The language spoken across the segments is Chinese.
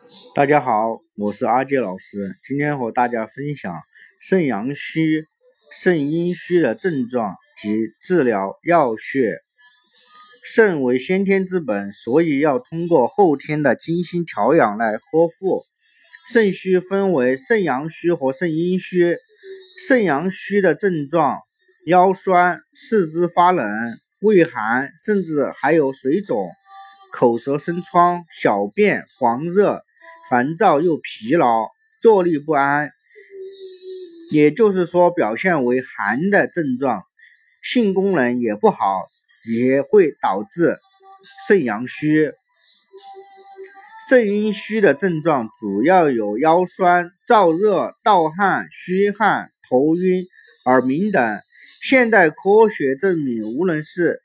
大家好，我是阿杰老师，今天和大家分享肾阳虚、肾阴虚的症状及治疗要穴。肾为先天之本，所以要通过后天的精心调养来呵护。肾虚分为肾阳虚和肾阴虚。肾阳虚的症状：腰酸、四肢发冷、畏寒，甚至还有水肿、口舌生疮、小便黄热、烦躁又疲劳、坐立不安，也就是说表现为寒的症状，性功能也不好，也会导致肾阳虚。肾阴虚的症状主要有腰酸、燥热、盗汗、虚汗、头晕、耳鸣等。现代科学证明，无论是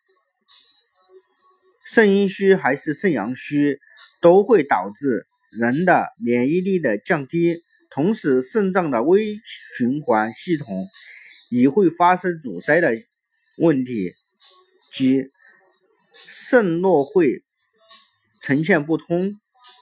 肾阴虚还是肾阳虚，都会导致人的免疫力的降低，同时肾脏的微循环系统也会发生阻塞的问题，即肾络会呈现不通。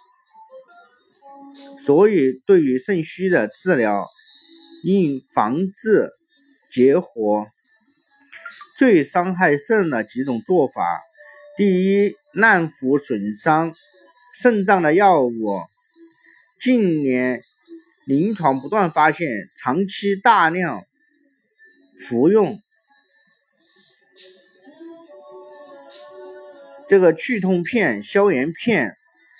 所以对于肾虚的治疗，应防治结合最伤害肾的几种做法。第一，滥服损伤肾脏的药物。近年临床不断发现，长期大量服用去痛片、消炎片、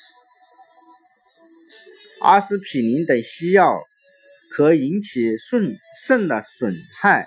阿司匹林等西药，可引起肾的损害。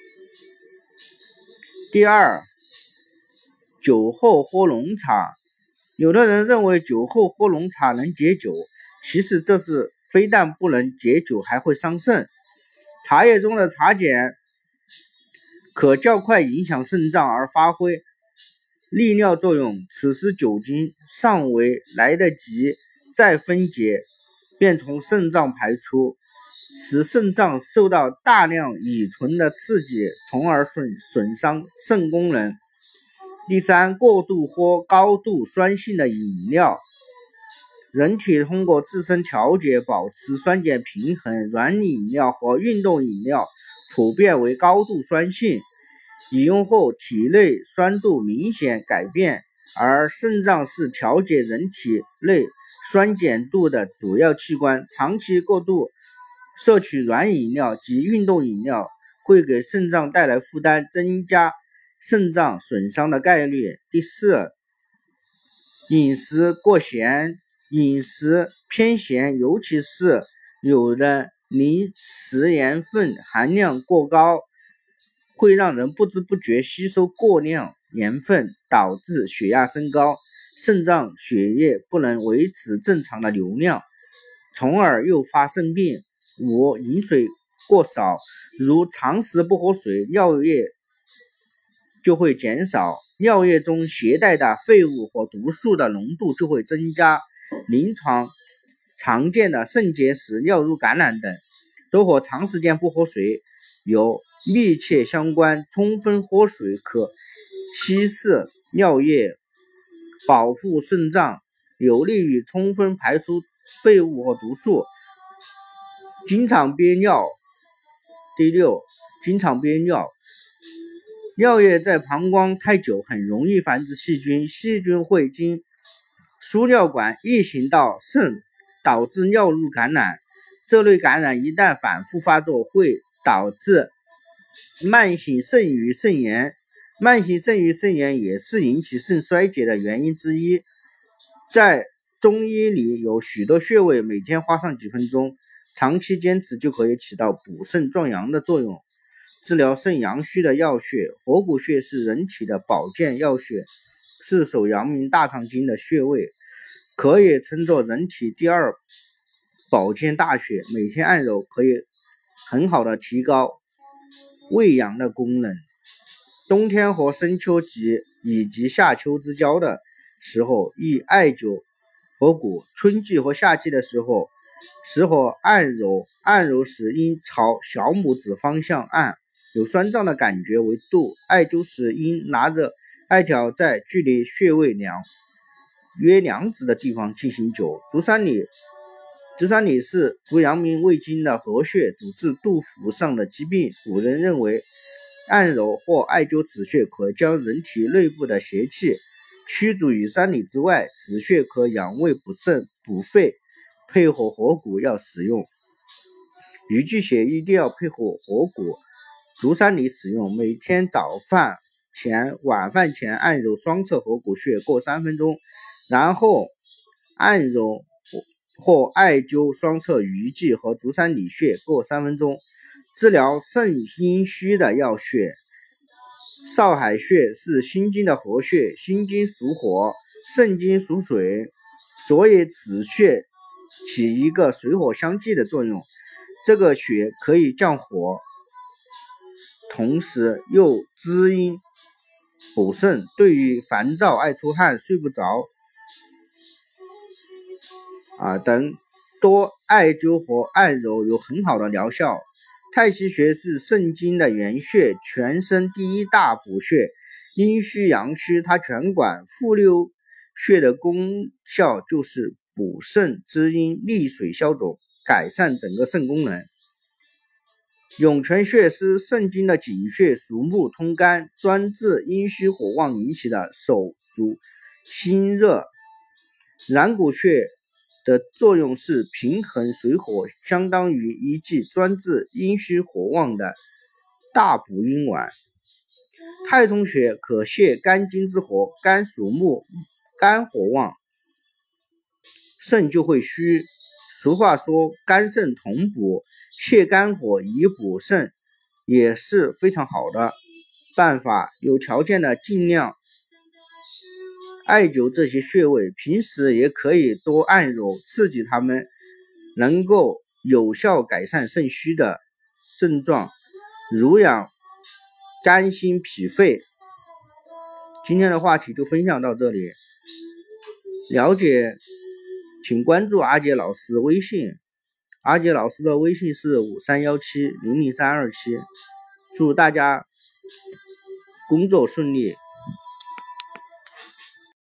第二，酒后喝浓茶。有的人认为酒后喝浓茶能解酒，其实这是非但不能解酒，还会伤肾。茶叶中的茶碱可较快影响肾脏而发挥利尿作用，此时酒精尚未来得及再分解，便从肾脏排出，使肾脏受到大量乙醇的刺激，从而损伤肾功能。第三，过度喝高度酸性的饮料。人体通过自身调节保持酸碱平衡，软饮料和运动饮料普遍为高度酸性，饮用后体内酸度明显改变，而肾脏是调节人体内酸碱度的主要器官，长期过度摄取软饮料及运动饮料会给肾脏带来负担，增加肾脏损伤的概率。第四，饮食过咸。饮食偏咸，尤其是有的零食盐分含量过高，会让人不知不觉吸收过量盐分，导致血压升高，肾脏血液不能维持正常的流量，从而诱发肾病。五，饮水过少。如长时不喝水，尿液就会减少，尿液中携带的废物和毒素的浓度就会增加。临床常见的肾结石、尿路感染等都和长时间不喝水有密切相关。充分喝水可稀释尿液，保护肾脏，有利于充分排出废物和毒素。经常憋尿。第六，经常憋尿。尿液在膀胱太久，很容易繁殖细菌，细菌会经输尿管逆行到肾，导致尿路感染。这类感染一旦反复发作，会导致慢性肾盂肾炎。慢性肾盂肾炎也是引起肾衰竭的原因之一。在中医里有许多穴位，每天花上几分钟，长期坚持就可以起到补肾壮阳的作用。治疗肾阳虚的要穴。合谷穴是人体的保健要穴，是手阳明大肠经的穴位，可以称作人体第二保健大穴，每天按揉可以很好的提高胃阳的功能。冬天和深秋以及夏秋之交的时候宜艾灸合谷，春季和夏季的时候适合按揉，按揉时应朝小拇指方向按，有酸胀的感觉为度，艾灸时应拿着艾条在距离穴位量。 约2指的地方进行灸。足三里是足阳明胃经的合穴，主治肚腹上的疾病。古人认为按揉或艾灸此穴可将人体内部的邪气驱逐于3里之外，此穴可养胃补肾补肺，配合合谷要使用。鱼际穴一定要配合合谷。足三里使用，每天早饭前、晚饭前按揉双侧合谷穴各3分钟，然后按揉或艾灸双侧鱼际和足三里穴各3分钟。治疗肾阴虚的要穴。少海穴是心经的合穴，心经属火，肾经属水，所以此穴起一个水火相济的作用。这个穴可以降火，同时又滋阴补肾，对于烦躁、爱出汗、睡不着等多艾灸和按揉有很好的疗效。太溪穴是肾经的原穴，全身第1大补穴，阴虚阳虚它全管。复溜穴的功效就是补肾滋阴、利水消肿，改善整个肾功能。涌泉穴是肾经的井穴，属木，通肝，专治阴虚火旺引起的手足心热。然谷穴的作用是平衡水火，相当于一剂专治阴虚火旺的大补阴丸。太冲穴可泻肝经之火，肝属木，肝火旺，肾就会虚。俗话说肝肾同补，泻肝火以补肾也是非常好的办法。有条件的尽量艾灸这些穴位，平时也可以多按揉，刺激它们，能够有效改善肾虚的症状，濡养肝心脾肺。今天的话题就分享到这里，了解请关注阿杰老师微信，阿杰老师的微信是5317000327，祝大家工作顺利。